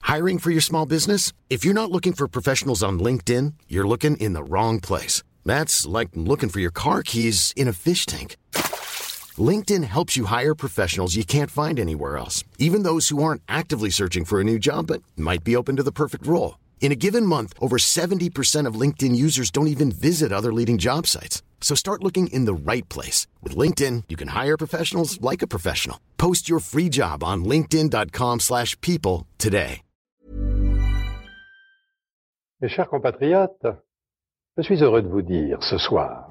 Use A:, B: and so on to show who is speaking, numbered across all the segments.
A: Hiring for your small business? If you're not looking for professionals on LinkedIn, you're looking in the wrong place. That's like looking for your car keys in a fish tank. LinkedIn helps you hire professionals you can't find anywhere else, even those who aren't actively searching for a new job but might be open to the perfect role. In a given month, over 70% of LinkedIn users don't even visit other leading job sites. So start looking in the right place. With LinkedIn, you can hire professionals like a professional. Post your free job on linkedin.com/people today.
B: Mes chers compatriotes, je suis heureux de vous dire ce soir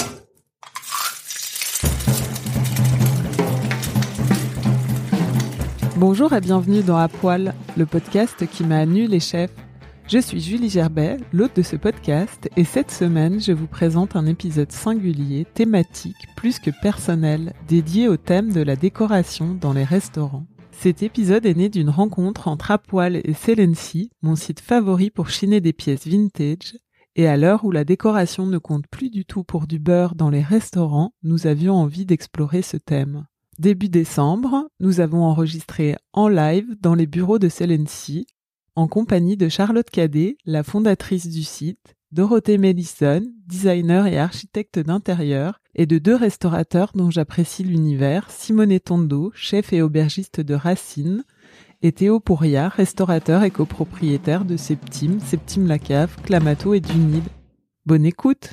C: Bonjour et bienvenue dans À Poil, le podcast qui met à nu les chefs. Je suis Julie Gerbet, l'hôte de ce podcast, et cette semaine, je vous présente un épisode singulier, thématique, plus que personnel, dédié au thème de la décoration dans les restaurants. Cet épisode est né d'une rencontre entre À Poil et Celency, mon site favori pour chiner des pièces vintage, et à l'heure où la décoration ne compte plus du tout pour du beurre dans les restaurants, nous avions envie d'explorer ce thème. Début décembre, nous avons enregistré en live dans les bureaux de Celency, en compagnie de Charlotte Cadet, la fondatrice du site, Dorothée Mellison, designer et architecte d'intérieur, et de deux restaurateurs dont j'apprécie l'univers, Simone Tondo, chef et aubergiste de Racine, et Théo Pourriat, restaurateur et copropriétaire de Septime La Cave, Clamato et Dunil. Bonne écoute!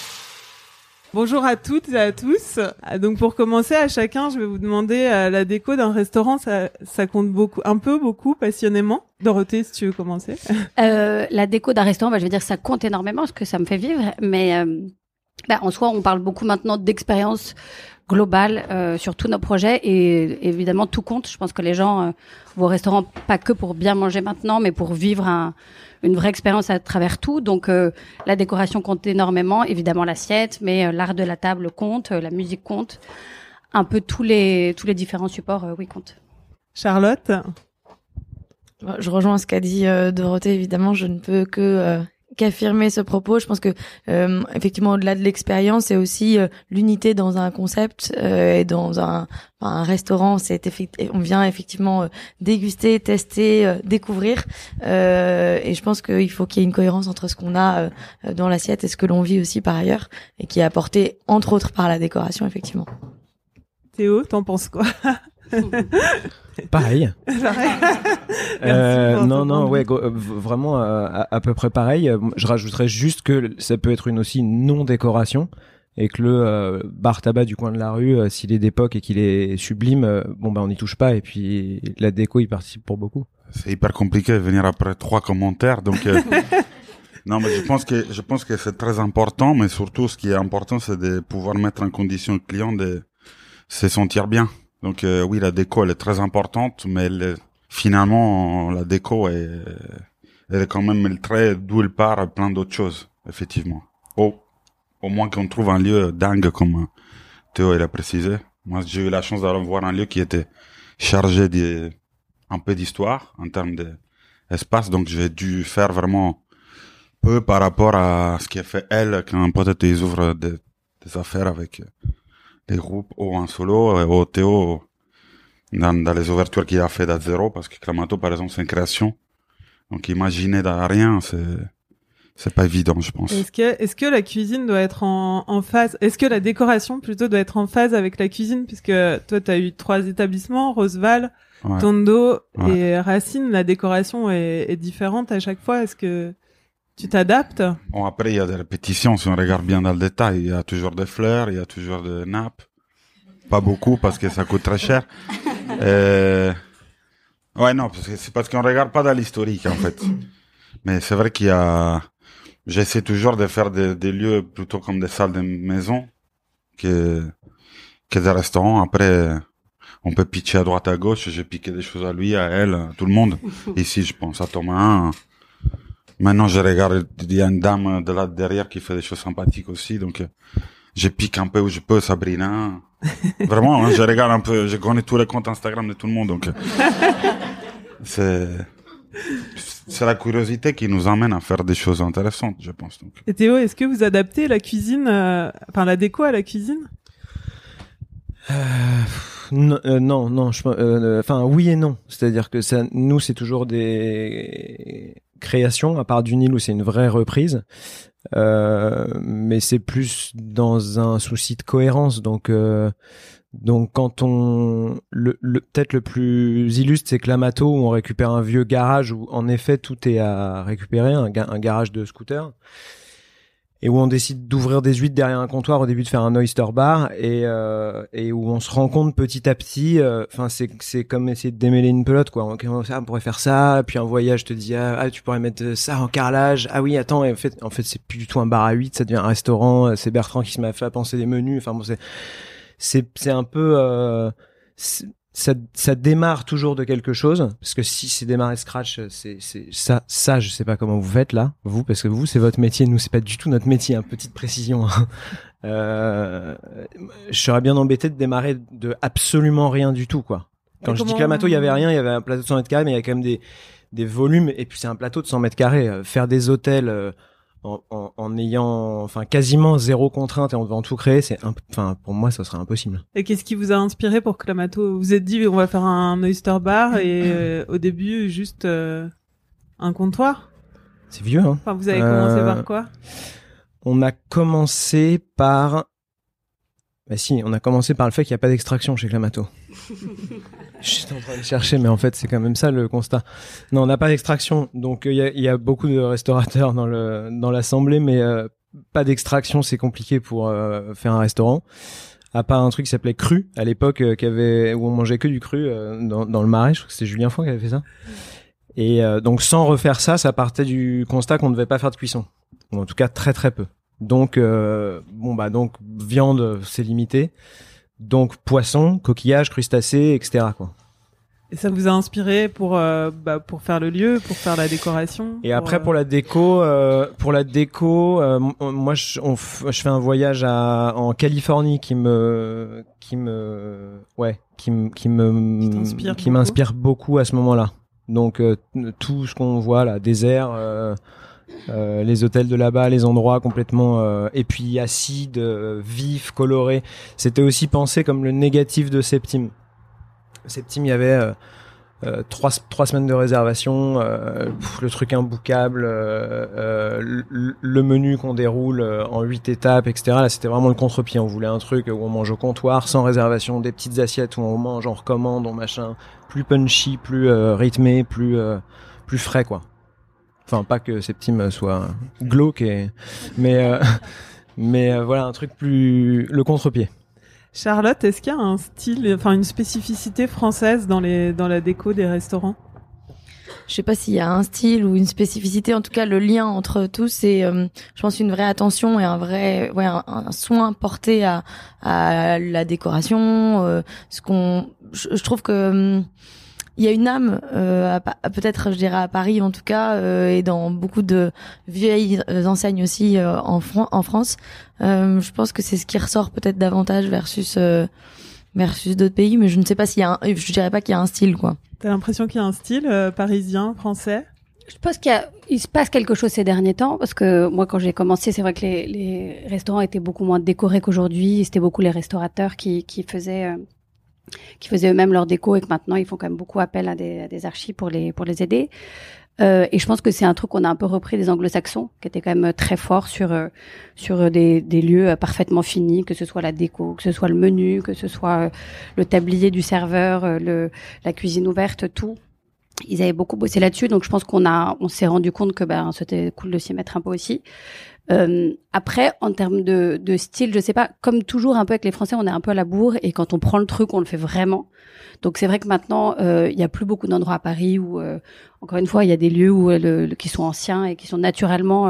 C: Bonjour à toutes et à tous. Donc pour commencer, à chacun, je vais vous demander la déco d'un restaurant, ça compte beaucoup, passionnément. Dorothée, si tu veux commencer.
D: La déco d'un restaurant, je vais dire que ça compte énormément parce que ça me fait vivre. Mais en soi, on parle beaucoup maintenant d'expérience globale sur tous nos projets et évidemment tout compte. Je pense que les gens vont au restaurant pas que pour bien manger maintenant, mais pour vivre une vraie expérience à travers tout. Donc la décoration compte énormément, évidemment l'assiette, mais l'art de la table compte, la musique compte, un peu tous les différents supports, oui, comptent.
C: Charlotte?
E: Je rejoins ce qu'a dit Dorothée, évidemment, je ne peux qu'affirmer ce propos. Je pense que effectivement, au-delà de l'expérience, c'est aussi l'unité dans un concept et dans un restaurant. On vient effectivement déguster, tester, découvrir. Et je pense qu'il faut qu'il y ait une cohérence entre ce qu'on a dans l'assiette et ce que l'on vit aussi par ailleurs, et qui est apporté entre autres par la décoration, effectivement.
C: Théo, t'en penses quoi?
F: Pareil. Vraiment à peu près pareil. Je rajouterais juste que ça peut être aussi une non-décoration et que le bar tabac du coin de la rue, s'il est d'époque et qu'il est sublime, on n'y touche pas, et puis la déco y participe pour beaucoup.
G: C'est hyper compliqué de venir après 3 commentaires, donc non, mais je pense que c'est très important, mais surtout ce qui est important, c'est de pouvoir mettre en condition le client de se sentir bien. Donc oui, la déco elle est très importante, mais finalement la déco elle est quand même le trait d'où elle part plein d'autres choses, effectivement. Au moins qu'on trouve un lieu dingue comme Théo il a précisé. Moi j'ai eu la chance d'aller voir un lieu qui était chargé un peu d'histoire en termes d'espace, donc j'ai dû faire vraiment peu par rapport à ce qu'a fait elle quand peut-être ils ouvrent des affaires avec des groupes ou en solo, ou Théo dans les ouvertures qu'il a fait d'à zéro, parce que Clamato par exemple c'est une création, donc imaginer de rien c'est pas évident, je pense.
C: Est-ce que la cuisine doit être en phase, est-ce que la décoration plutôt doit être en phase avec la cuisine, puisque toi t'as eu 3 établissements, Roosevelt, ouais, Tondo et Racine, la décoration est différente à chaque fois, est-ce que tu t'adaptes?
G: Bon, après, il y a des répétitions, si on regarde bien dans le détail. Il y a toujours des fleurs, il y a toujours des nappes. Pas beaucoup, parce que ça coûte très cher. Ouais, non, c'est parce qu'on regarde pas dans l'historique, en fait. Mais c'est vrai j'essaie toujours de faire des lieux plutôt comme des salles de maison que des restaurants. Après, on peut pitcher à droite, à gauche. J'ai piqué des choses à lui, à elle, à tout le monde. Ici, je pense à Thomas. Maintenant, je regarde, il y a une dame de là derrière qui fait des choses sympathiques aussi, donc je pique un peu où je peux, Sabrina. Vraiment, je regarde un peu, je connais tous les comptes Instagram de tout le monde, donc c'est la curiosité qui nous amène à faire des choses intéressantes, je pense. Donc.
C: Et Théo, est-ce que vous adaptez la cuisine, la déco à la cuisine?
F: Non, enfin oui et non. C'est-à-dire que ça, nous, c'est toujours des créations, à part du Nil où c'est une vraie reprise. Mais c'est plus dans un souci de cohérence. Donc quand on peut-être le plus illustre, c'est Clamato où on récupère un vieux garage où en effet tout est à récupérer, un garage de scooter. Et où on décide d'ouvrir des huîtres derrière un comptoir au début de faire un oyster bar et où on se rend compte petit à petit, enfin c'est comme essayer de démêler une pelote quoi. On pourrait faire ça, puis un voyage te dit tu pourrais mettre ça en carrelage. Ah oui attends, et en fait c'est plus du tout un bar à huîtres, ça devient un restaurant. C'est Bertrand qui se m'a fait penser des menus. Enfin bon c'est un peu ça démarre toujours de quelque chose, parce que si c'est démarrer scratch, c'est ça je sais pas comment vous faites là, vous, parce que vous c'est votre métier, nous c'est pas du tout notre métier, petite précision. Je serais bien embêté de démarrer de absolument rien du tout quoi. Quand je dis Clamato, il y avait rien, il y avait un plateau de 100 mètres carrés, mais il y a quand même des volumes, et puis c'est un plateau de 100 mètres carrés. Faire des hôtels en ayant quasiment zéro contrainte et en devant tout créer, pour moi ça serait impossible.
C: Et qu'est-ce qui vous a inspiré pour Clamato? Vous vous êtes dit on va faire un oyster bar et au début juste un comptoir?
F: C'est vieux hein.
C: Enfin vous avez commencé par quoi?
F: On a commencé par on a commencé par le fait qu'il n'y a pas d'extraction chez Clamato. Je suis en train de chercher, mais en fait, c'est quand même ça le constat. Non, on n'a pas d'extraction. Donc, il y a beaucoup de restaurateurs dans l'assemblée, mais pas d'extraction, c'est compliqué pour faire un restaurant. À part un truc qui s'appelait Cru, à l'époque, où on mangeait que du cru dans le Marais. Je crois que c'était Julien Foin qui avait fait ça. Et donc, sans refaire ça, ça partait du constat qu'on ne devait pas faire de cuisson. Ou en tout cas, très très peu. Donc, donc viande, c'est limité. Donc poisson, coquillages, crustacés, etc. quoi.
C: Et ça vous a inspiré pour faire le lieu, pour faire la décoration.
F: Et après pour la déco, moi je fais un voyage en Californie qui m'inspire beaucoup à ce moment-là. Donc tout ce qu'on voit là, désert. Les hôtels de là-bas, les endroits complètement et puis acides, vifs, colorés. C'était aussi pensé comme le négatif de Septime. Septime, il y avait 3 semaines de réservation, le truc imboucable, le menu qu'on déroule en 8 étapes, etc. Là, c'était vraiment le contre-pied. On voulait un truc où on mange au comptoir, sans réservation, des petites assiettes où on mange, on recommande, on machin, plus punchy, plus rythmé, plus frais, quoi. Enfin, pas que Septime soit glauque, mais voilà, un truc plus le contre-pied.
C: Charlotte, est-ce qu'il y a un style, une spécificité française dans la déco des restaurants?
E: Je sais pas s'il y a un style ou une spécificité. En tout cas, le lien entre tous, c'est, je pense, une vraie attention et un soin porté à la décoration. Je trouve que il y a une âme, peut-être, je dirais à Paris en tout cas, et dans beaucoup de vieilles enseignes aussi en France. Je pense que c'est ce qui ressort peut-être davantage versus d'autres pays, mais je ne sais pas je dirais pas qu'il y a un style, quoi.
C: T'as l'impression qu'il y a un style parisien, français?
D: Je pense il se passe quelque chose ces derniers temps, parce que moi, quand j'ai commencé, c'est vrai que les restaurants étaient beaucoup moins décorés qu'aujourd'hui. C'était beaucoup les restaurateurs qui faisaient eux-mêmes leur déco, et que maintenant ils font quand même beaucoup appel à des archis pour les aider. Et je pense que c'est un truc qu'on a un peu repris des anglo-saxons, qui étaient quand même très forts sur des lieux parfaitement finis, que ce soit la déco, que ce soit le menu, que ce soit le tablier du serveur, la cuisine ouverte, tout. Ils avaient beaucoup bossé là-dessus, donc je pense on s'est rendu compte que c'était cool de s'y mettre un peu aussi. Après, en termes de style, je sais pas, comme toujours un peu avec les Français, on est un peu à la bourre, et quand on prend le truc, on le fait vraiment. Donc c'est vrai que maintenant, il y a plus beaucoup d'endroits à Paris où, encore une fois, il y a des lieux qui sont anciens et qui sont naturellement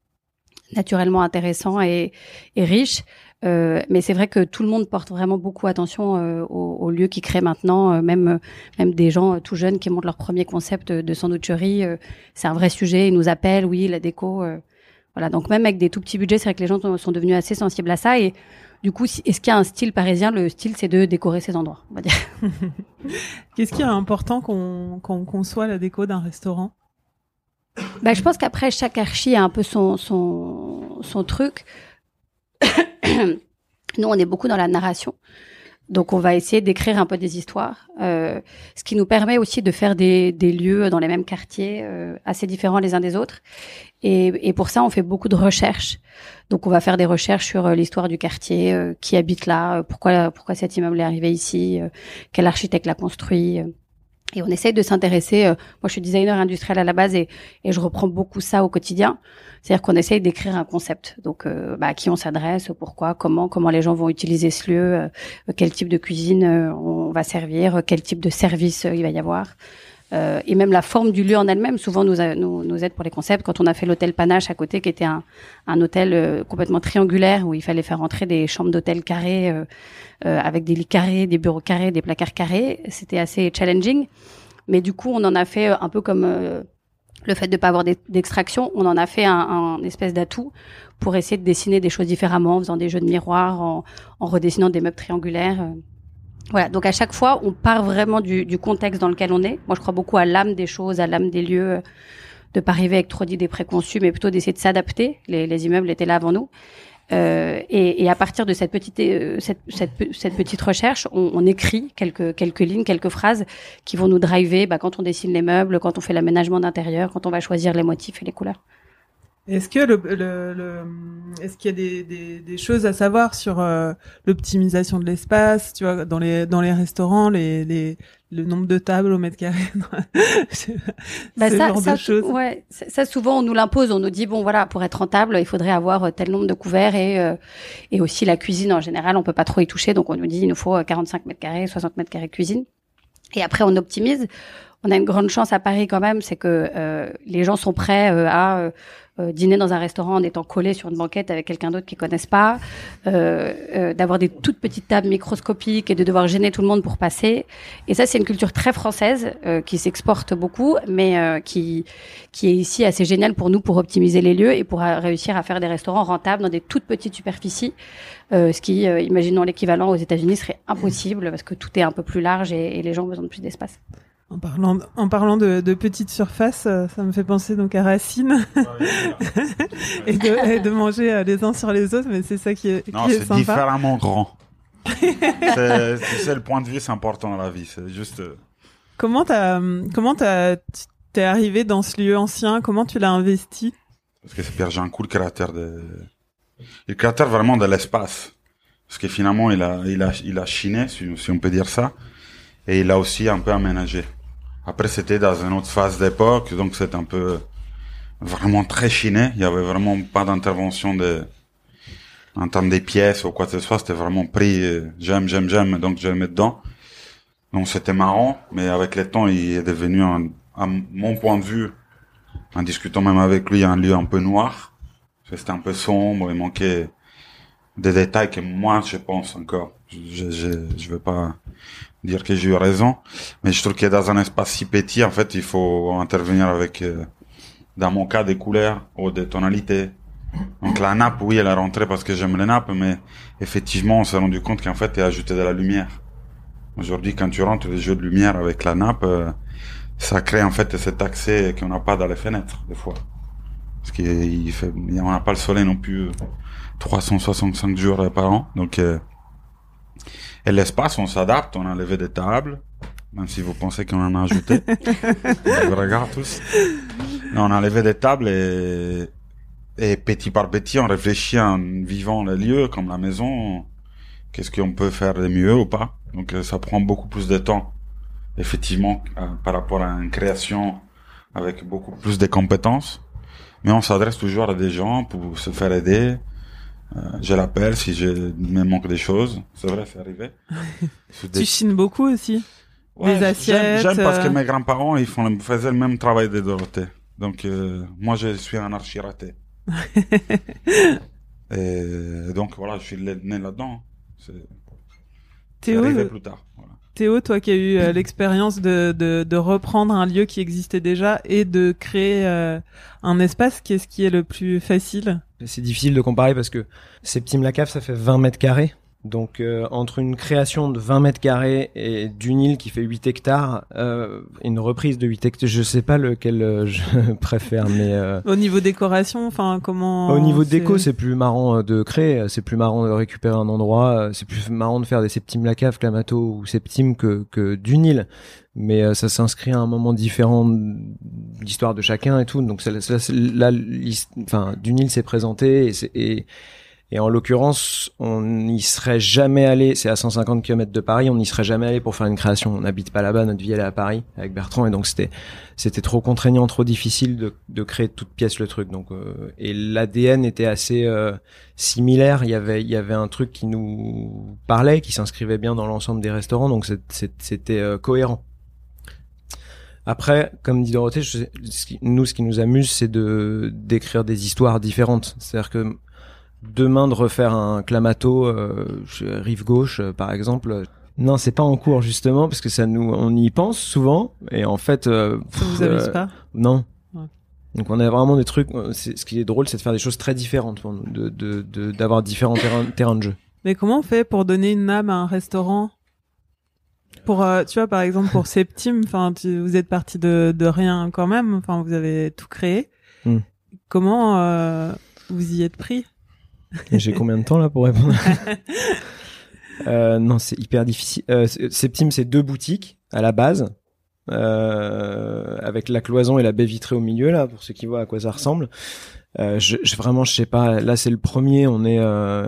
D: intéressants et riches. Mais c'est vrai que tout le monde porte vraiment beaucoup attention aux lieux qui créent maintenant, même des gens tout jeunes qui montent leur premier concept de sandwicherie. C'est un vrai sujet, ils nous appellent, oui, la déco. Voilà, donc même avec des tout petits budgets, c'est vrai que les gens sont devenus assez sensibles à ça. Et du coup, est-ce qu'il y a un style parisien? Le style, c'est de décorer ses endroits, on va dire.
C: Qu'est-ce qui est important quand on conçoit la déco d'un restaurant?
D: Je pense qu'après, chaque archi a un peu son truc. Nous, on est beaucoup dans la narration. Donc, on va essayer d'écrire un peu des histoires, ce qui nous permet aussi de faire des lieux dans les mêmes quartiers assez différents les uns des autres. Et pour ça, on fait beaucoup de recherches. Donc, on va faire des recherches sur l'histoire du quartier, qui habite là, pourquoi cet immeuble est arrivé ici, quel architecte l'a construit. Et on essaye de s'intéresser. Moi, je suis designer industriel à la base et je reprends beaucoup ça au quotidien. C'est-à-dire qu'on essaye d'écrire un concept. Donc, à qui on s'adresse, pourquoi, comment les gens vont utiliser ce lieu, quel type de cuisine on va servir, quel type de service il va y avoir. Et même la forme du lieu en elle-même, souvent nous aide pour les concepts. Quand on a fait l'hôtel Panache à côté, qui était un hôtel complètement triangulaire où il fallait faire entrer des chambres d'hôtel carrées avec des lits carrés, des bureaux carrés, des placards carrés, c'était assez challenging. Mais du coup, on en a fait un peu comme le fait de pas avoir d'extraction, on en a fait un espèce d'atout pour essayer de dessiner des choses différemment, en faisant des jeux de miroirs, en redessinant des meubles triangulaires. Voilà, donc à chaque fois, on part vraiment du contexte dans lequel on est. Moi, je crois beaucoup à l'âme des choses, à l'âme des lieux, de pas arriver avec trop d'idées préconçues, mais plutôt d'essayer de s'adapter. Les immeubles étaient là avant nous. Et à partir de cette petite recherche, on écrit quelques lignes, quelques phrases qui vont nous driver quand on dessine les meubles, quand on fait l'aménagement d'intérieur, quand on va choisir les motifs et les couleurs.
C: Est-ce que est-ce qu'il y a des choses à savoir sur l'optimisation de l'espace, tu vois, dans les restaurants, le nombre de tables au mètre carré, ce genre de choses.
D: Ouais, ça souvent on nous l'impose, on nous dit bon voilà, pour être rentable, il faudrait avoir tel nombre de couverts et aussi la cuisine en général, on peut pas trop y toucher, donc on nous dit il nous faut 45 mètres carrés, 60 mètres carrés de cuisine. Et après on optimise. On a une grande chance à Paris quand même, c'est que les gens sont prêts à dîner dans un restaurant en étant collés sur une banquette avec quelqu'un d'autre qu'ils connaissent pas, d'avoir des toutes petites tables microscopiques et de devoir gêner tout le monde pour passer. Et ça, c'est une culture très française qui s'exporte beaucoup, mais qui est ici assez géniale pour nous pour optimiser les lieux et pour réussir à faire des restaurants rentables dans des toutes petites superficies. Ce qui, imaginons l'équivalent aux États-Unis, serait impossible parce que tout est un peu plus large et les gens ont besoin de plus d'espace.
C: En parlant de petites surfaces, ça me fait penser donc à Racine et de manger les uns sur les autres, mais c'est ça qui est
G: Non,
C: qui est
G: c'est
C: sympa.
G: différemment grand. c'est le point de vue, c'est important dans la vie. C'est juste.
C: Comment t'es arrivé dans ce lieu ancien? Comment tu l'as investi?
G: Parce que c'est Pierre-Jean Coup, le créateur vraiment de l'espace. Parce que finalement, il a chiné, si on peut dire ça. Et il a aussi un peu aménagé. Après, c'était dans une autre phase d'époque, donc c'était un peu vraiment très chiné. Il y avait vraiment pas d'intervention en termes des pièces ou quoi que ce soit. C'était vraiment pris, j'aime, donc je le mets dedans. Donc c'était marrant, mais avec le temps, il est devenu, à mon point de vue, en discutant même avec lui, un lieu un peu noir. C'était un peu sombre, il manquait des détails que moi, je pense encore. Je veux pas dire que j'ai eu raison, mais je trouve que dans un espace si petit, en fait, il faut intervenir avec, dans mon cas, des couleurs ou des tonalités. Donc la nappe, oui, elle est rentrée parce que j'aime les nappes, mais effectivement, on s'est rendu compte qu'en fait, il a ajouté de la lumière. Aujourd'hui, quand tu rentres les jeux de lumière avec la nappe, ça crée en fait cet accès qu'on n'a pas dans les fenêtres, des fois. Parce on n'a pas le soleil non plus 365 jours par an, donc et l'espace, on s'adapte, on a enlevé des tables, même si vous pensez qu'on en a ajouté. Je vous regarde tous. On a enlevé des tables et petit par petit, on réfléchit en vivant les lieux, comme la maison. Qu'est-ce qu'on peut faire de mieux ou pas? Donc, ça prend beaucoup plus de temps. Effectivement, par rapport à une création avec beaucoup plus de compétences. Mais on s'adresse toujours à des gens pour se faire aider. Je l'appelle si je me manque des choses. C'est vrai, c'est arrivé.
C: Tu chines beaucoup aussi.
G: Ouais,
C: les assiettes.
G: J'aime parce que mes grands-parents, faisaient le même travail de Dorothée. Donc, moi, je suis un archi-raté. Et donc, voilà, je suis né là-dedans. C'est arrivé plus tard. Voilà.
C: Théo, toi qui as eu l'expérience de reprendre un lieu qui existait déjà et de créer un espace, qu'est-ce qui est le plus facile?
F: C'est difficile de comparer parce que Septime la Cave, ça fait 20 mètres carrés. Donc entre une création de 20 mètres carrés et d'une île qui fait 8 hectares, une reprise de 8 hectares, je sais pas lequel je préfère, mais
C: au niveau décoration, enfin comment
F: au niveau déco, c'est plus marrant de créer, c'est plus marrant de récupérer un endroit, c'est plus marrant de faire des Septimes Lacaves, Clamato ou Septimes que d'une île. Mais ça s'inscrit à un moment différent d'histoire de chacun et tout. Donc là, d'une île s'est présenté et en l'occurrence, on n'y serait jamais allé. C'est à 150 km de Paris, on n'y serait jamais allé pour faire une création. On n'habite pas là-bas, notre vie elle est à Paris avec Bertrand, et donc c'était trop contraignant, trop difficile de créer de toutes pièces le truc. Donc et l'ADN était assez similaire. Il y avait un truc qui nous parlait, qui s'inscrivait bien dans l'ensemble des restaurants, donc c'était cohérent. Après, comme dit Dorothée, ce qui nous amuse, c'est d'écrire des histoires différentes. C'est-à-dire que demain de refaire un Clamato rive gauche, par exemple. Non, c'est pas en cours justement parce que on y pense souvent et en fait.
C: Ça vous amuse pas ?
F: Non.
C: Ouais.
F: Donc on a vraiment des trucs. Ce qui est drôle, c'est de faire des choses très différentes pour nous, d'avoir différents terrains de jeu.
C: Mais comment on fait pour donner une âme à un restaurant ? Pour tu vois par exemple pour Septimes, enfin vous êtes parti de rien quand même, enfin vous avez tout créé. Comment vous y êtes pris ?
F: J'ai combien de temps là pour répondre ? Non, c'est hyper difficile. Septimes, c'est 2 boutiques à la base, avec la cloison et la baie vitrée au milieu là, pour ceux qui voient à quoi ça ressemble. Vraiment, je sais pas. Là, c'est le premier. On est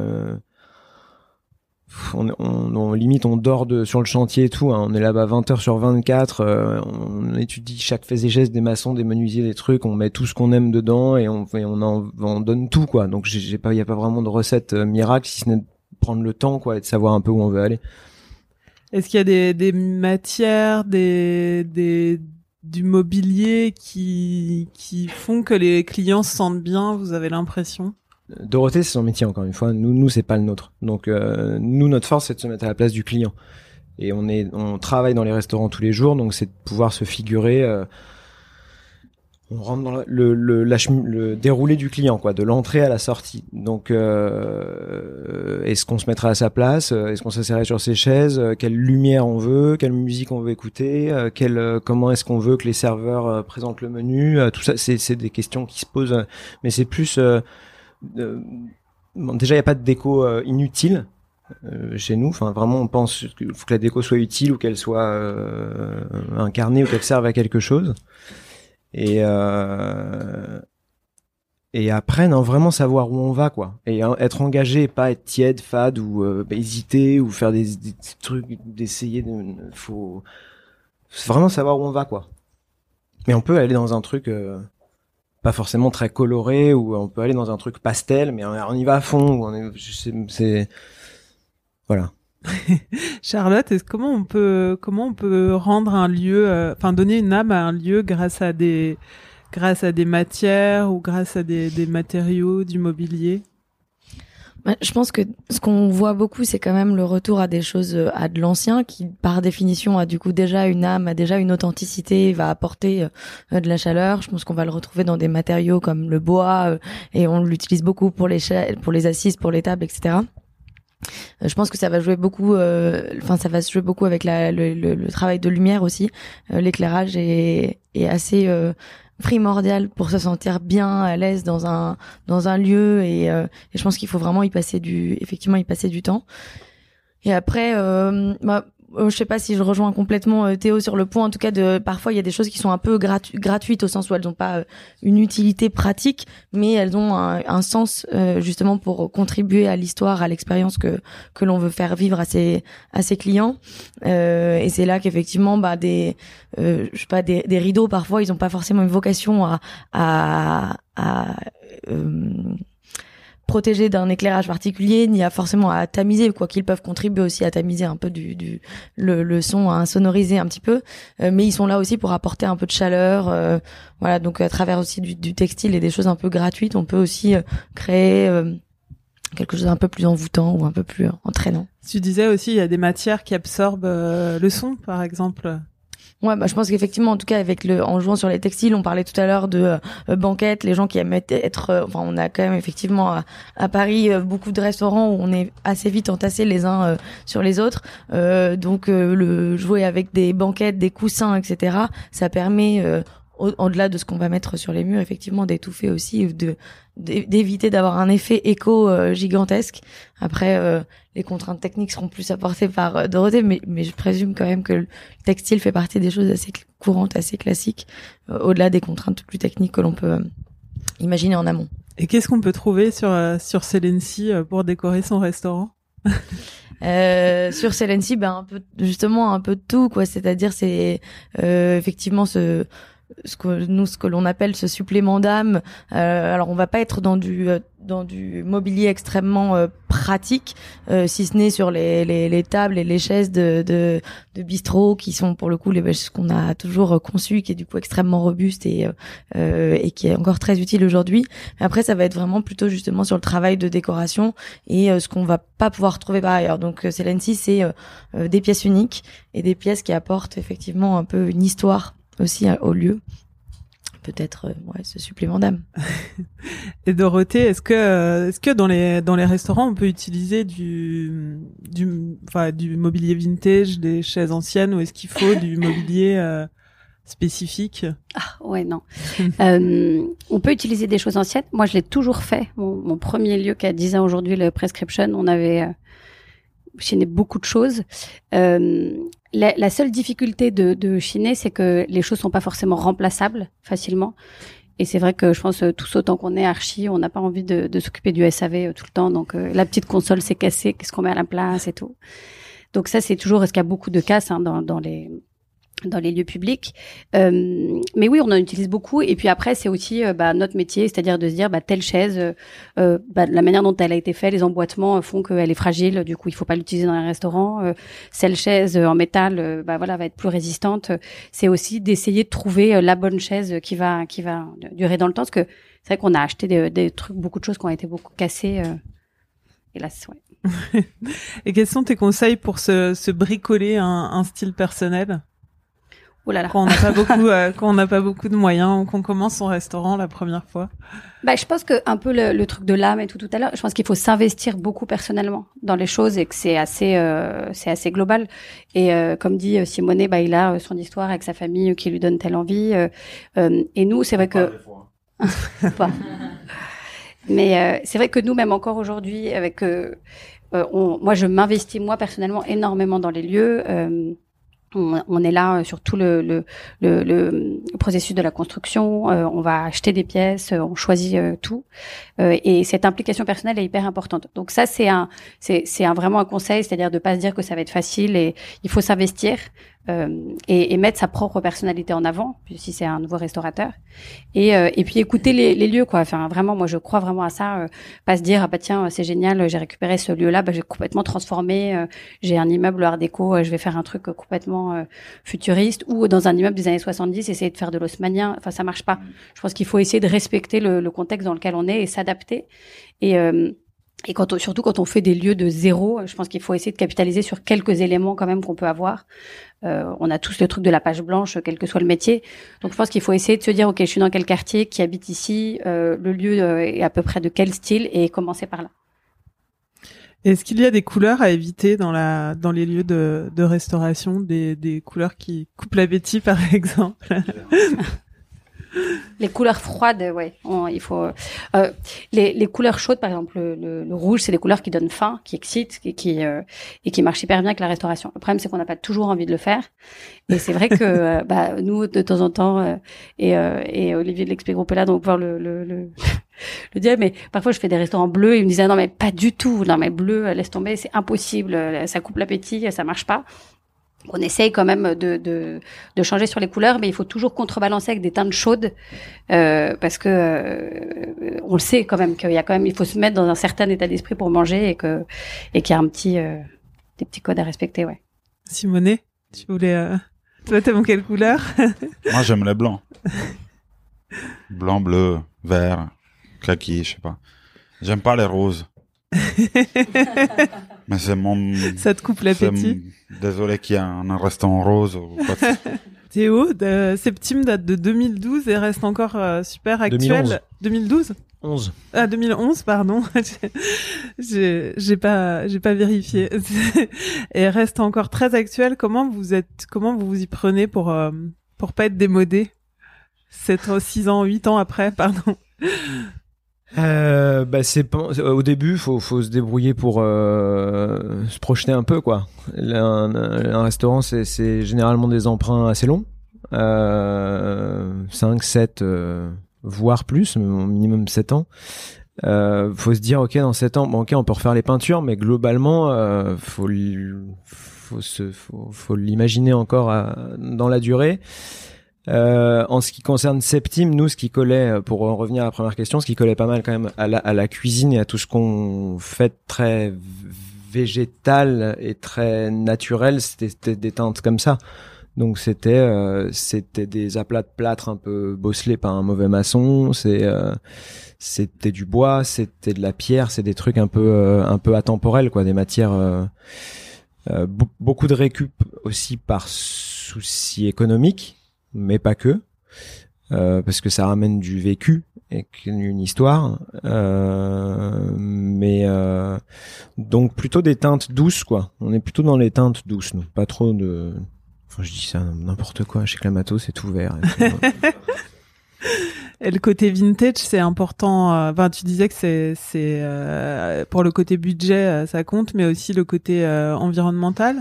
F: limite on dort sur le chantier et tout, hein. On est là-bas 20h sur 24, on étudie chaque fait et geste des maçons, des menuisiers, des trucs, on met tout ce qu'on aime dedans et on donne tout quoi. Donc il y a pas vraiment de recette miracle si ce n'est de prendre le temps quoi et de savoir un peu où on veut aller.
C: Est-ce qu'il y a des matières, du mobilier qui font que les clients se sentent bien, vous avez l'impression ?
F: Dorothée, c'est son métier encore une fois. Nous, c'est pas le nôtre. Donc, nous, notre force, c'est de se mettre à la place du client. Et on travaille dans les restaurants tous les jours, donc c'est de pouvoir se figurer. On rentre dans le déroulé du client, quoi, de l'entrée à la sortie. Donc, est-ce qu'on se mettra à sa place ? Est-ce qu'on s'asserrait sur ses chaises ? Quelle lumière on veut ? Quelle musique on veut écouter ? Comment est-ce qu'on veut que les serveurs présentent le menu ? Tout ça, c'est des questions qui se posent. Mais c'est plus déjà il y a pas de déco inutile chez nous, enfin vraiment on pense qu'il faut que la déco soit utile ou qu'elle soit incarnée ou qu'elle serve à quelque chose et après non vraiment savoir où on va quoi et être engagé, pas être tiède, fade ou hésiter ou faire des trucs d'essayer faut vraiment savoir où on va quoi. Mais on peut aller dans un truc pas forcément très coloré, ou on peut aller dans un truc pastel, mais on y va à fond. C'est voilà.
C: Charlotte, comment on peut rendre un lieu, donner une âme à un lieu grâce à des matières ou grâce à des matériaux, du mobilier?
E: Je pense que ce qu'on voit beaucoup, c'est quand même le retour à des choses, à de l'ancien, qui par définition a du coup déjà une âme, a déjà une authenticité, va apporter de la chaleur. Je pense qu'on va le retrouver dans des matériaux comme le bois, et on l'utilise beaucoup pour les assises, pour les tables, etc. Je pense que ça va jouer beaucoup, ça va se jouer beaucoup avec le travail de lumière aussi. L'éclairage est assez primordial pour se sentir bien à l'aise dans un lieu, et je pense qu'il faut vraiment y passer du temps. Et après je sais pas si je rejoins complètement Théo sur le point, en tout cas parfois il y a des choses qui sont un peu gratuites au sens où elles n'ont pas une utilité pratique, mais elles ont un sens justement pour contribuer à l'histoire, à l'expérience que l'on veut faire vivre à ses clients, et c'est là qu'effectivement des rideaux parfois ils ont pas forcément une vocation à protéger d'un éclairage particulier, ni à forcément à tamiser, quoi qu'ils peuvent contribuer aussi à tamiser un peu le son, à sonoriser un petit peu, mais ils sont là aussi pour apporter un peu de chaleur, voilà. Donc à travers aussi du textile et des choses un peu gratuites, on peut aussi créer quelque chose d'un peu plus envoûtant ou un peu plus entraînant.
C: Tu disais aussi il y a des matières qui absorbent le son, par exemple.
E: Ouais, je pense qu'effectivement, en tout cas, en jouant sur les textiles, on parlait tout à l'heure de banquettes, les gens qui aiment être, on a quand même effectivement à Paris beaucoup de restaurants où on est assez vite entassés les uns sur les autres. Donc le jouer avec des banquettes, des coussins, etc. Ça permet au-delà de ce qu'on va mettre sur les murs, effectivement, d'étouffer aussi, d'éviter d'avoir un effet écho gigantesque. Après, les contraintes techniques seront plus apportées par Dorothée, mais je présume quand même que le textile fait partie des choses assez courantes, assez classiques, au-delà des contraintes plus techniques que l'on peut imaginer en amont.
C: Et qu'est-ce qu'on peut trouver sur Celency pour décorer son restaurant?
E: Sur Celency, un peu de tout, quoi. C'est-à-dire, c'est effectivement ce que l'on appelle ce supplément d'âme. Alors on va pas être dans du mobilier extrêmement pratique, si ce n'est sur les tables et les chaises de bistrot qui sont pour le coup ce qu'on a toujours conçu, qui est du coup extrêmement robuste et qui est encore très utile aujourd'hui. Mais après ça va être vraiment plutôt justement sur le travail de décoration et ce qu'on va pas pouvoir trouver par ailleurs. Donc Celency, c'est des pièces uniques et des pièces qui apportent effectivement un peu une histoire aussi au lieu, peut-être ce supplément d'âme.
C: Et Dorothée, est-ce que dans les restaurants on peut utiliser du mobilier vintage, des chaises anciennes, ou est-ce qu'il faut du mobilier spécifique?
D: Non. On peut utiliser des choses anciennes. Moi je l'ai toujours fait. Mon premier lieu qui a 10 ans aujourd'hui, le Prescription, on avait chiné beaucoup de choses. La seule difficulté de chiner, c'est que les choses sont pas forcément remplaçables facilement. Et c'est vrai que je pense tous autant qu'on est archi, on n'a pas envie de s'occuper du SAV tout le temps. Donc la petite console s'est cassée, qu'est-ce qu'on met à la place et tout. Donc ça c'est toujours, parce qu'il y a beaucoup de casses dans les lieux publics. Mais oui, on en utilise beaucoup. Et puis après, c'est aussi notre métier, c'est-à-dire de se dire telle chaise, la manière dont elle a été faite, les emboîtements font qu'elle est fragile. Du coup, il faut pas l'utiliser dans un restaurant. Celle chaise en métal, va être plus résistante. C'est aussi d'essayer de trouver la bonne chaise qui va durer dans le temps. Parce que c'est vrai qu'on a acheté des trucs, beaucoup de choses qui ont été beaucoup cassées. Hélas, ouais.
C: Et quels sont tes conseils pour se bricoler un style personnel?
D: Oh là là.
C: Quand on n'a pas beaucoup de moyens, qu'on commence son restaurant la première fois.
D: Je pense que un peu le truc de l'âme et tout à l'heure, je pense qu'il faut s'investir beaucoup personnellement dans les choses et que c'est assez global. Et comme dit Simonet, il a son histoire avec sa famille qui lui donne telle envie. Et nous, c'est vrai que pas. Mais c'est vrai que nous, même encore aujourd'hui, avec moi, je m'investis moi personnellement énormément dans les lieux. On est là sur tout le processus de la construction. On va acheter des pièces, on choisit tout, et cette implication personnelle est hyper importante. Donc ça, c'est vraiment un conseil, c'est-à-dire de pas se dire que ça va être facile, et il faut s'investir et mettre sa propre personnalité en avant, si c'est un nouveau restaurateur, et puis écouter les lieux, quoi. Enfin vraiment, moi je crois vraiment à ça. Pas se dire tiens c'est génial, j'ai récupéré ce lieu-là, j'ai complètement transformé, j'ai un immeuble art déco, je vais faire un truc complètement futuriste, ou dans un immeuble des années 70 essayer de faire de l'haussmannien. Enfin ça marche pas. Je pense qu'il faut essayer de respecter le contexte dans lequel on est et s'adapter. Et surtout quand on fait des lieux de zéro, je pense qu'il faut essayer de capitaliser sur quelques éléments quand même qu'on peut avoir. On a tous le truc de la page blanche, quel que soit le métier. Donc je pense qu'il faut essayer de se dire ok, je suis dans quel quartier, qui habite ici, le lieu est à peu près de quel style, et commencer par là.
C: Est-ce qu'il y a des couleurs à éviter dans les lieux de restauration, des couleurs qui coupent l'appétit par exemple?
D: Les couleurs froides, ouais. Il faut les couleurs chaudes, par exemple le rouge, c'est des couleurs qui donnent faim, qui excitent, et qui marchent hyper bien avec la restauration. Le problème, c'est qu'on n'a pas toujours envie de le faire. Et c'est vrai que nous, de temps en temps, et Olivier de l'Expé Group est là, donc pouvoir le dire, mais parfois je fais des restaurants bleus et ils me disaient non mais pas du tout, non mais bleu, laisse tomber, c'est impossible, ça coupe l'appétit, ça marche pas. On essaye quand même de changer sur les couleurs, mais il faut toujours contrebalancer avec des teintes chaudes, parce que on le sait quand même il faut se mettre dans un certain état d'esprit pour manger, et qu'il y a des petits codes à respecter, ouais.
C: Simonet, tu voulais toi t'aimes quelle couleur?
G: Moi j'aime les blancs. Blanc, bleu, vert, kaki, je sais pas. J'aime pas les roses. Mais c'est
C: ça te coupe l'appétit.
G: Désolé qu'il y a un restaurant rose ou quoi.
C: Théo, Septime date de 2012 et reste encore super actuel. 2012
F: 11.
C: Ah, 2011, pardon. J'ai pas vérifié. Et reste encore très actuel. Comment vous vous y prenez pour pas être démodé 6 ans, 8 ans après, pardon.
F: Au début, faut se débrouiller pour se projeter un peu, quoi. Un restaurant, c'est généralement des emprunts assez longs, 5, 7, voire plus, mais au minimum 7 ans. Faut se dire, ok, dans 7 ans, bon, ok, on peut refaire les peintures, mais globalement, faut l'imaginer encore dans la durée. En ce qui concerne Septime, nous, ce qui collait, pour revenir à la première question, ce qui collait pas mal quand même à la cuisine et à tout ce qu'on fait très végétal et très naturel, c'était des teintes comme ça. Donc c'était des aplats de plâtre un peu bosselés par un mauvais maçon, c'était du bois, c'était de la pierre, c'est des trucs un peu atemporels, quoi, des matières beaucoup de récup aussi par souci économique, mais pas que, parce que ça ramène du vécu et une histoire, donc plutôt des teintes douces, quoi. On est plutôt dans les teintes douces, nous, pas trop de... Enfin, je dis ça n'importe quoi, chez Clamato c'est tout vert.
C: Et le côté vintage, c'est important. Enfin, tu disais que c'est pour le côté budget, ça compte, mais aussi le côté environnemental.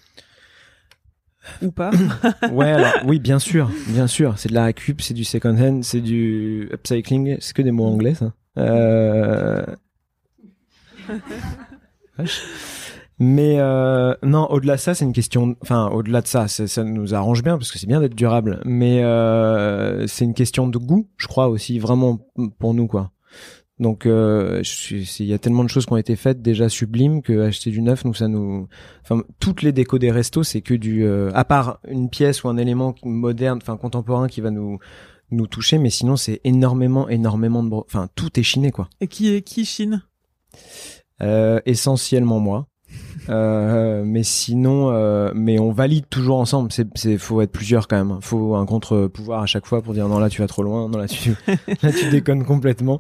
C: Ou pas?
F: Ouais, alors oui, bien sûr, c'est de la récup, c'est du second hand, c'est du upcycling, c'est que des mots anglais, ça. Mais non, au-delà de ça, c'est une question. Enfin, au-delà de ça, ça nous arrange bien parce que c'est bien d'être durable. Mais c'est une question de goût, je crois aussi vraiment pour nous, quoi. Donc, il y a tellement de choses qui ont été faites déjà sublimes que acheter du neuf, nous, ça nous. Enfin, toutes les décos des restos, c'est que du. À part une pièce ou un élément moderne, enfin contemporain, qui va nous toucher, mais sinon c'est énormément de. Enfin, tout est chiné, quoi.
C: Et qui chine?
F: Essentiellement moi. Mais sinon, mais on valide toujours ensemble. Faut être plusieurs quand même. Faut un contre-pouvoir à chaque fois pour dire non, là tu vas trop loin, non là tu déconnes complètement.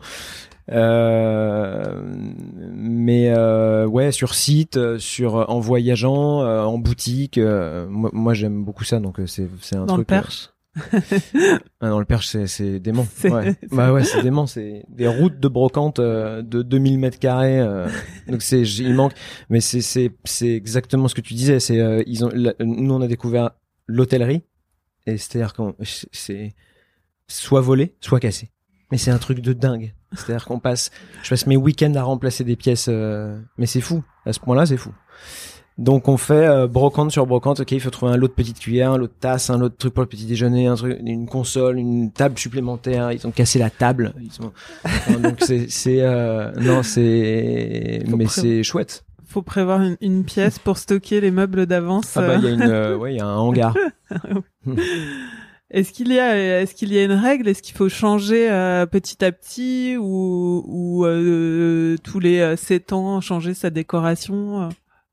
F: Ouais, sur site, en voyageant, en boutique. Moi j'aime beaucoup ça, donc c'est un
C: dans
F: truc.
C: Le Perche.
F: Dans le Perche, c'est dément. Ouais. Bah ouais, c'est dément. C'est des routes de brocante de 2000 mètres carrés. Donc il manque. Mais c'est exactement ce que tu disais. Nous on a découvert l'hôtellerie, et c'est-à-dire qu'on c'est soit volé, soit cassé. Mais c'est un truc de dingue. C'est-à-dire je passe mes week-ends à remplacer des pièces. Mais c'est fou. À ce point-là, c'est fou. Donc on fait brocante sur brocante. Ok, il faut trouver un lot de petites cuillères, un lot de tasses, un lot de trucs pour le petit déjeuner, un truc, une console, une table supplémentaire. Ils ont cassé la table. Donc c'est chouette.
C: Faut prévoir une pièce pour stocker les meubles d'avance.
F: Ah bah il y a un hangar.
C: Est-ce qu'il y a une règle? Est-ce qu'il faut changer petit à petit ou tous les 7 ans changer sa décoration?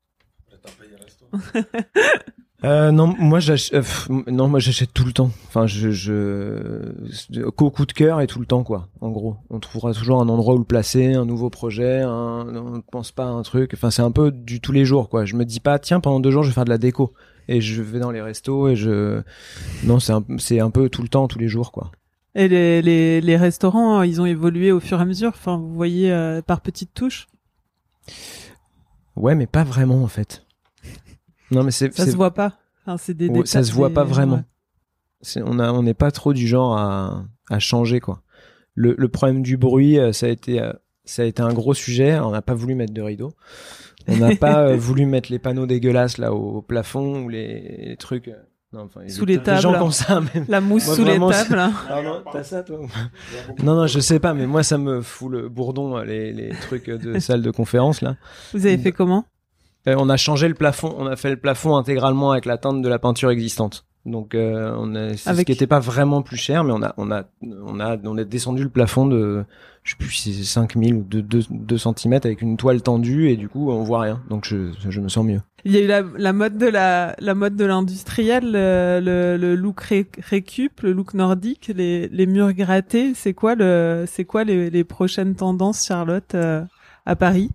F: Non, moi j'achète tout le temps. Enfin, qu'au coup de cœur et tout le temps, quoi. En gros, on trouvera toujours un endroit où le placer, un nouveau projet, on ne pense pas à un truc. Enfin, c'est un peu du tous les jours, quoi. Je me dis pas, tiens, pendant 2 jours, je vais faire de la déco. Et je vais dans les restos et non, c'est un peu tout le temps, tous les jours, quoi.
C: Et les restaurants, ils ont évolué au fur et à mesure. Enfin, vous voyez par petites touches.
F: Ouais, mais pas vraiment en fait. Non, mais ça
C: se voit pas. Enfin, c'est des détails,
F: ça se voit pas vraiment. Ouais. On n'est pas trop du genre à changer, quoi. Le problème du bruit, ça a été un gros sujet. On n'a pas voulu mettre de rideaux. On n'a pas voulu mettre les panneaux dégueulasses là au plafond ou les trucs. Non, enfin,
C: sous les tables.
F: Les gens comme ça, même.
C: La mousse moi, sous les tables.
F: Ah non, t'as ça toi? Non, je sais pas, mais moi ça me fout le bourdon, les trucs de salle de conférence là.
C: Vous avez fait comment?
F: On a changé le plafond. On a fait le plafond intégralement avec la teinte de la peinture existante. Donc c'est ce qui était pas vraiment plus cher, mais on a descendu le plafond de, je sais plus si c'est 5000 ou 2 centimètres avec une toile tendue, et du coup on voit rien. Donc je me sens mieux.
C: Il y a eu la mode de la mode de l'industriel, le look récup, le look nordique, les murs grattés. C'est quoi les prochaines tendances, Charlotte, à Paris?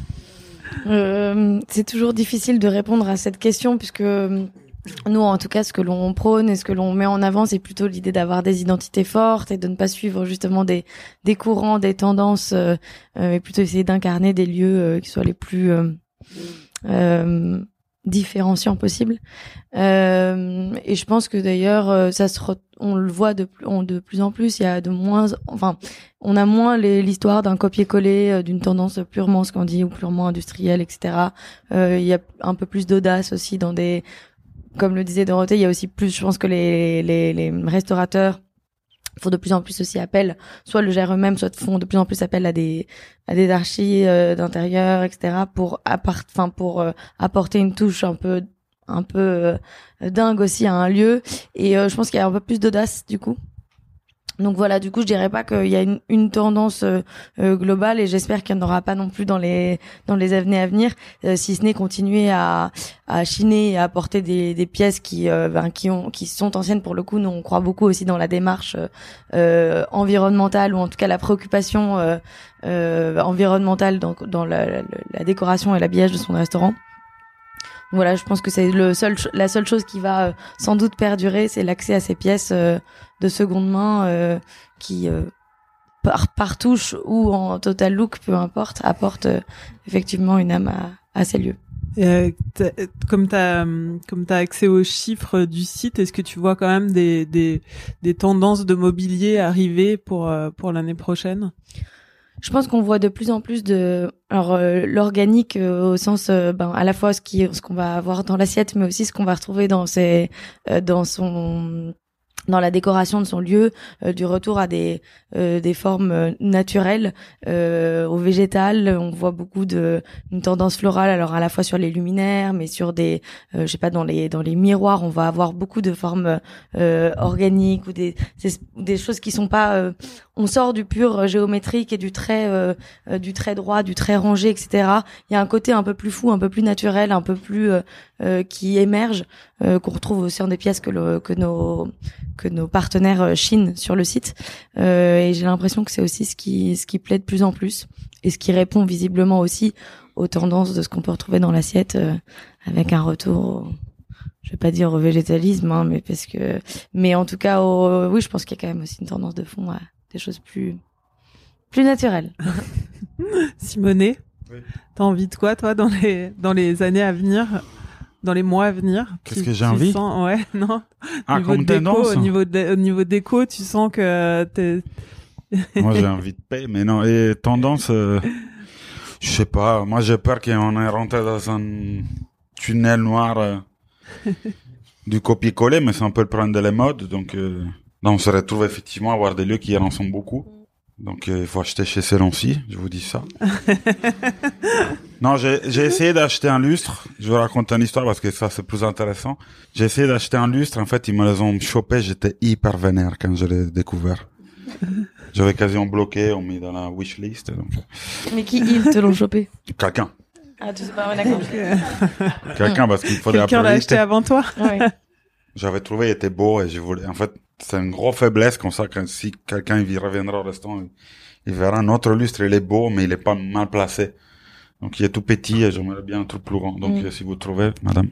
E: C'est toujours difficile de répondre à cette question, puisque nous, en tout cas, ce que l'on prône et ce que l'on met en avant, c'est plutôt l'idée d'avoir des identités fortes et de ne pas suivre justement des courants, des tendances, mais plutôt essayer d'incarner des lieux qui soient les plus différenciants possibles. Et je pense que d'ailleurs, on le voit de plus en plus. Il y a on a moins l'histoire d'un copier-coller d'une tendance purement scandi ou purement industrielle, etc. Il y a un peu plus d'audace aussi comme le disait Dorothée, il y a aussi plus, je pense que les restaurateurs font de plus en plus aussi appel, soit le gèrent eux-mêmes, soit font de plus en plus appel à des archis d'intérieur, etc. pour apporter une touche un peu dingue aussi à un lieu. Et je pense qu'il y a un peu plus d'audace du coup. Donc voilà, du coup, je dirais pas qu'il y a une tendance globale, et j'espère qu'il n'y en aura pas non plus dans les années à venir, si ce n'est continuer à chiner et à apporter des pièces qui sont anciennes pour le coup. Nous, on croit beaucoup aussi dans la démarche environnementale, ou en tout cas la préoccupation environnementale dans la décoration et l'habillage de son restaurant. Voilà, je pense que c'est la seule chose qui va sans doute perdurer, c'est l'accès à ces pièces de seconde main qui par touche ou en total look, peu importe, apportent effectivement une âme à ces lieux.
C: Comme t'as accès aux chiffres du site, est-ce que tu vois quand même des tendances de mobilier arriver pour l'année prochaine?
E: Je pense qu'on voit de plus en plus l'organique au sens à la fois ce qu'on va avoir dans l'assiette, mais aussi ce qu'on va retrouver dans la décoration de son lieu, du retour à des formes naturelles, au végétal. On voit beaucoup une tendance florale, alors à la fois sur les luminaires, mais sur des dans les miroirs, on va avoir beaucoup de formes organiques, ou des choses qui sont pas on sort du pur géométrique et du trait droit, du trait rangé, etc. Il y a un côté un peu plus fou, un peu plus naturel, un peu plus qui émerge, qu'on retrouve aussi dans des pièces que nos partenaires chinent sur le site. Et j'ai l'impression que c'est aussi ce qui plaît de plus en plus, et ce qui répond visiblement aussi aux tendances de ce qu'on peut retrouver dans l'assiette, avec un retour je vais pas dire au végétalisme, hein, mais en tout cas oui, je pense qu'il y a quand même aussi une tendance de fond à des choses plus naturelles.
C: Simonet,
G: oui.
C: T'as envie de quoi, toi, dans les années à venir, dans les mois à venir?
G: Qu'est-ce que j'ai envie?
C: Ouais, non.
G: Comme tendance.
C: Au niveau déco, tu sens que t'es...
G: Moi, j'ai envie de paix, mais non. Et tendance, je sais pas. Moi, j'ai peur qu'on est rentré dans un tunnel noir du copier-coller, mais c'est un peu le problème de la mode. Donc, on se retrouve effectivement à avoir des lieux qui en sont beaucoup. Donc, il faut acheter chez Seloncy, je vous dis ça. Non, j'ai essayé d'acheter un lustre. Je vais raconter une histoire parce que ça, c'est plus intéressant. J'ai essayé d'acheter un lustre. En fait, ils me les ont chopé. J'étais hyper vénère quand je l'ai découvert. J'avais quasiment bloqué, on mis dans la wishlist. Donc...
E: Mais ils te l'ont chopé?
G: Quelqu'un.
E: Ah, tu sais pas, ouais, d'accord.
G: Quelqu'un, parce qu'il faudrait
C: Quelqu'un l'a acheté avant toi?
E: Ouais.
G: J'avais trouvé, il était beau, et je voulais, en fait, c'est une grosse faiblesse comme ça, quand si quelqu'un il reviendra au restaurant, il verra un autre lustre, il est beau, mais il est pas mal placé. Donc il est tout petit, et j'aimerais bien un truc plus grand. Donc si vous trouvez, madame.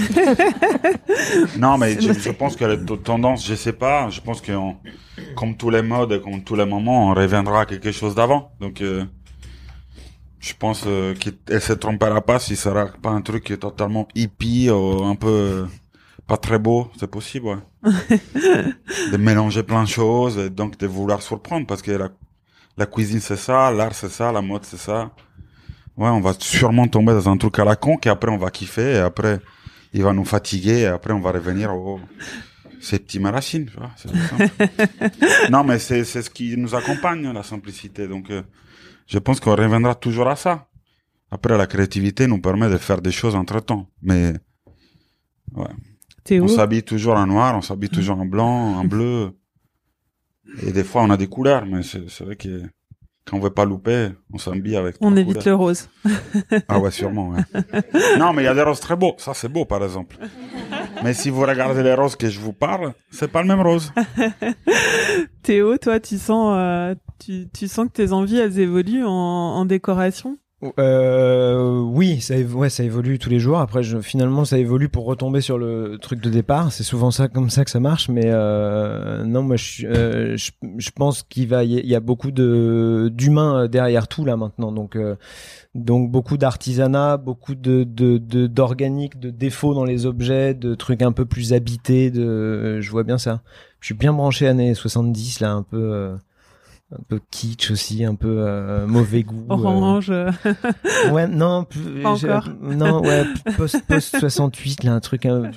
G: Non, mais je pense que la tendance, je sais pas, je pense que comme tous les modes, et comme tous les moments, on reviendra à quelque chose d'avant. Donc je pense qu'elle se trompera pas si ça sera pas un truc qui est totalement hippie, ou un peu pas très beau, c'est possible, ouais. De mélanger plein de choses, et donc de vouloir surprendre, parce que la cuisine c'est ça, l'art c'est ça, la mode c'est ça. Ouais, on va sûrement tomber dans un truc à la con, et après on va kiffer, et après il va nous fatiguer, et après on va revenir aux ces petits racines, tu vois. C'est simple. Non, mais c'est ce qui nous accompagne, la simplicité. Donc je pense qu'on reviendra toujours à ça. Après, la créativité nous permet de faire des choses entre temps, mais ouais.
C: Théo?
G: On s'habille toujours en noir, on s'habille toujours en blanc, en bleu. Et des fois, on a des couleurs, mais c'est vrai que quand on veut pas louper, on s'habille avec
C: On
G: trois
C: évite
G: couleurs.
C: le rose.
G: Ah ouais, sûrement, ouais. Non, mais il y a des roses très beaux. Ça, c'est beau, par exemple. Mais si vous regardez les roses que je vous parle, c'est pas le même rose.
C: Théo, toi, tu sens que tes envies, elles évoluent en décoration?
F: Oui, ça évolue tous les jours. Après, finalement, ça évolue pour retomber sur le truc de départ. C'est souvent comme ça que ça marche. Mais non, moi, je pense il y a beaucoup d'humains derrière tout là maintenant. Donc beaucoup d'artisanat, beaucoup d'organique, de défauts dans les objets, de trucs un peu plus habités. Je vois bien ça. Je suis bien branché années 70 là, un peu kitsch aussi, un peu mauvais goût.
C: Orange.
F: Ouais, non,
C: Pas encore.
F: Non, ouais, post 68 là, un truc ouais.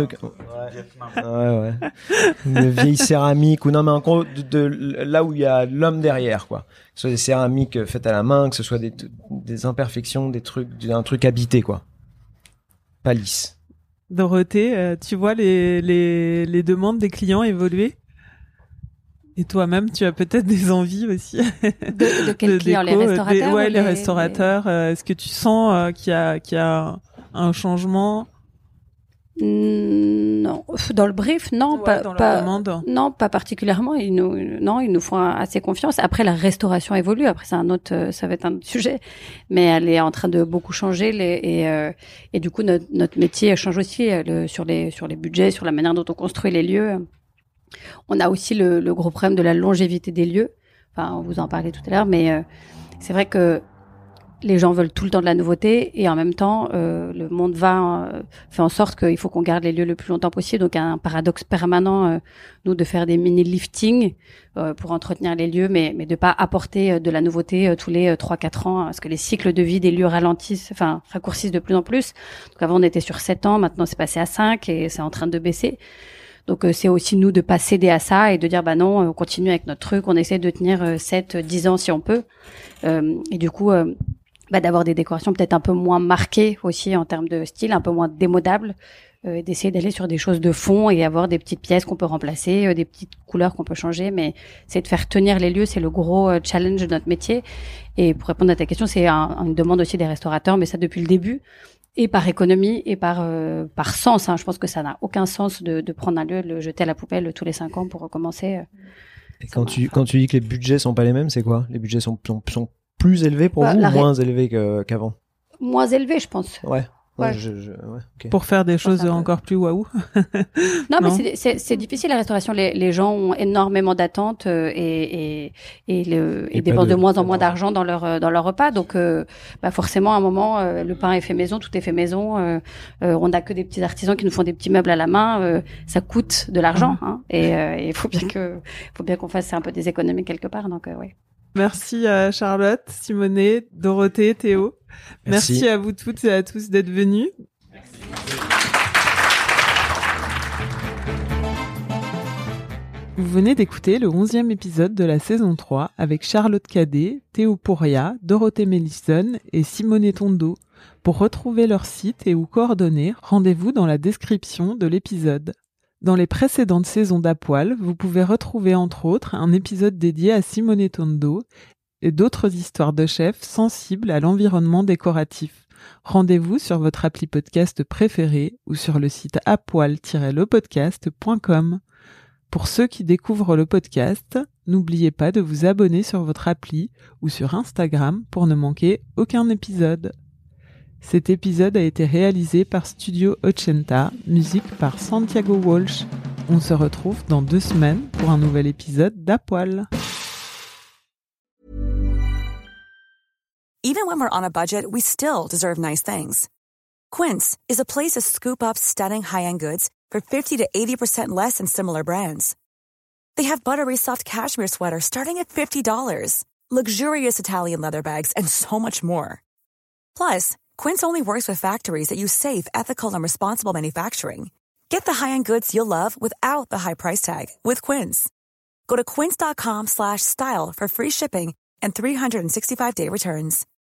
F: Une vieille céramique ou non, mais en gros de là où il y a l'homme derrière, quoi. Que ce soit des céramiques faites à la main, que ce soit des imperfections, un truc habité, quoi. Pas lisse.
C: Dorothée, tu vois les demandes des clients évoluer? Et toi-même, tu as peut-être des envies aussi.
D: De quels clients? Les restaurateurs?
C: Les restaurateurs. Est-ce que tu sens qu'il y a un changement?
D: Non. Dans le brief, non.
C: Ouais, dans la demande.
D: Non, pas particulièrement. Ils nous font assez confiance. Après, la restauration évolue. Après, ça va être un autre sujet. Mais elle est en train de beaucoup changer. Et du coup, notre métier change aussi sur les budgets, sur la manière dont on construit les lieux. On a aussi le gros problème de la longévité des lieux. Enfin, on vous en parlait tout à l'heure, mais c'est vrai que les gens veulent tout le temps de la nouveauté et en même temps, le monde fait en sorte qu'il faut qu'on garde les lieux le plus longtemps possible. Donc, il y a un paradoxe permanent, nous, de faire des mini-lifting pour entretenir les lieux, mais de pas apporter de la nouveauté tous les 3-4 ans, parce que les cycles de vie des lieux raccourcissent de plus en plus. Donc, avant, on était sur 7 ans, maintenant, c'est passé à 5 et c'est en train de baisser. Donc c'est aussi nous de pas céder à ça et de dire bah non, on continue avec notre truc, on essaie de tenir 7-10 ans si on peut. Et du coup d'avoir des décorations peut-être un peu moins marquées aussi en termes de style, un peu moins démodables, d'essayer d'aller sur des choses de fond et avoir des petites pièces qu'on peut remplacer, des petites couleurs qu'on peut changer, mais c'est de faire tenir les lieux, c'est le gros challenge de notre métier. Et pour répondre à ta question, c'est une demande aussi des restaurateurs, mais ça depuis le début. Et par économie et par sens. Je pense que ça n'a aucun sens de prendre un lieu, de le jeter à la poubelle tous les 5 ans pour recommencer.
F: Et quand tu dis que les budgets sont pas les mêmes, c'est quoi? Les budgets sont plus élevés pour vous ou moins élevés qu'avant?
D: Moins élevés, je pense.
F: Ouais.
D: Ouais.
F: Okay.
C: Pour faire des choses encore plus waouh.
D: Non, mais c'est difficile la restauration. Les gens ont énormément d'attentes et dépensent de moins en moins d'argent dans leur repas. Donc, forcément, à un moment, le pain est fait maison, tout est fait maison. On n'a que des petits artisans qui nous font des petits meubles à la main. Ça coûte de l'argent, hein. Et il faut bien qu'on fasse un peu des économies quelque part. Donc, ouais.
C: Merci à Charlotte, Simonet, Dorothée, Théo. Merci à vous toutes et à tous d'être venus. Merci. Vous venez d'écouter le 11e épisode de la saison 3 avec Charlotte Cadet, Théo Pourria, Dorothée Mellison et Simonet Tondo. Pour retrouver leur site et ou coordonnées, rendez-vous dans la description de l'épisode. Dans les précédentes saisons d'Apoil, vous pouvez retrouver entre autres un épisode dédié à Simonet Tondo et d'autres histoires de chefs sensibles à l'environnement décoratif. Rendez-vous sur votre appli podcast préféré ou sur le site apoil-lepodcast.com. Pour ceux qui découvrent le podcast, n'oubliez pas de vous abonner sur votre appli ou sur Instagram pour ne manquer aucun épisode. Cet épisode a été réalisé par Studio Ochenta, musique par Santiago Walsh. On se retrouve dans 2 semaines pour un nouvel épisode d'Apoil.
H: Even when we're on a budget, we still deserve nice things. Quince is a place to scoop up stunning high-end goods for 50 to 80% less than similar brands. They have buttery soft cashmere sweaters starting at $50, luxurious Italian leather bags, and so much more. Plus, Quince only works with factories that use safe, ethical, and responsible manufacturing. Get the high-end goods you'll love without the high price tag with Quince. Go to quince.com/style for free shipping and 365-day returns.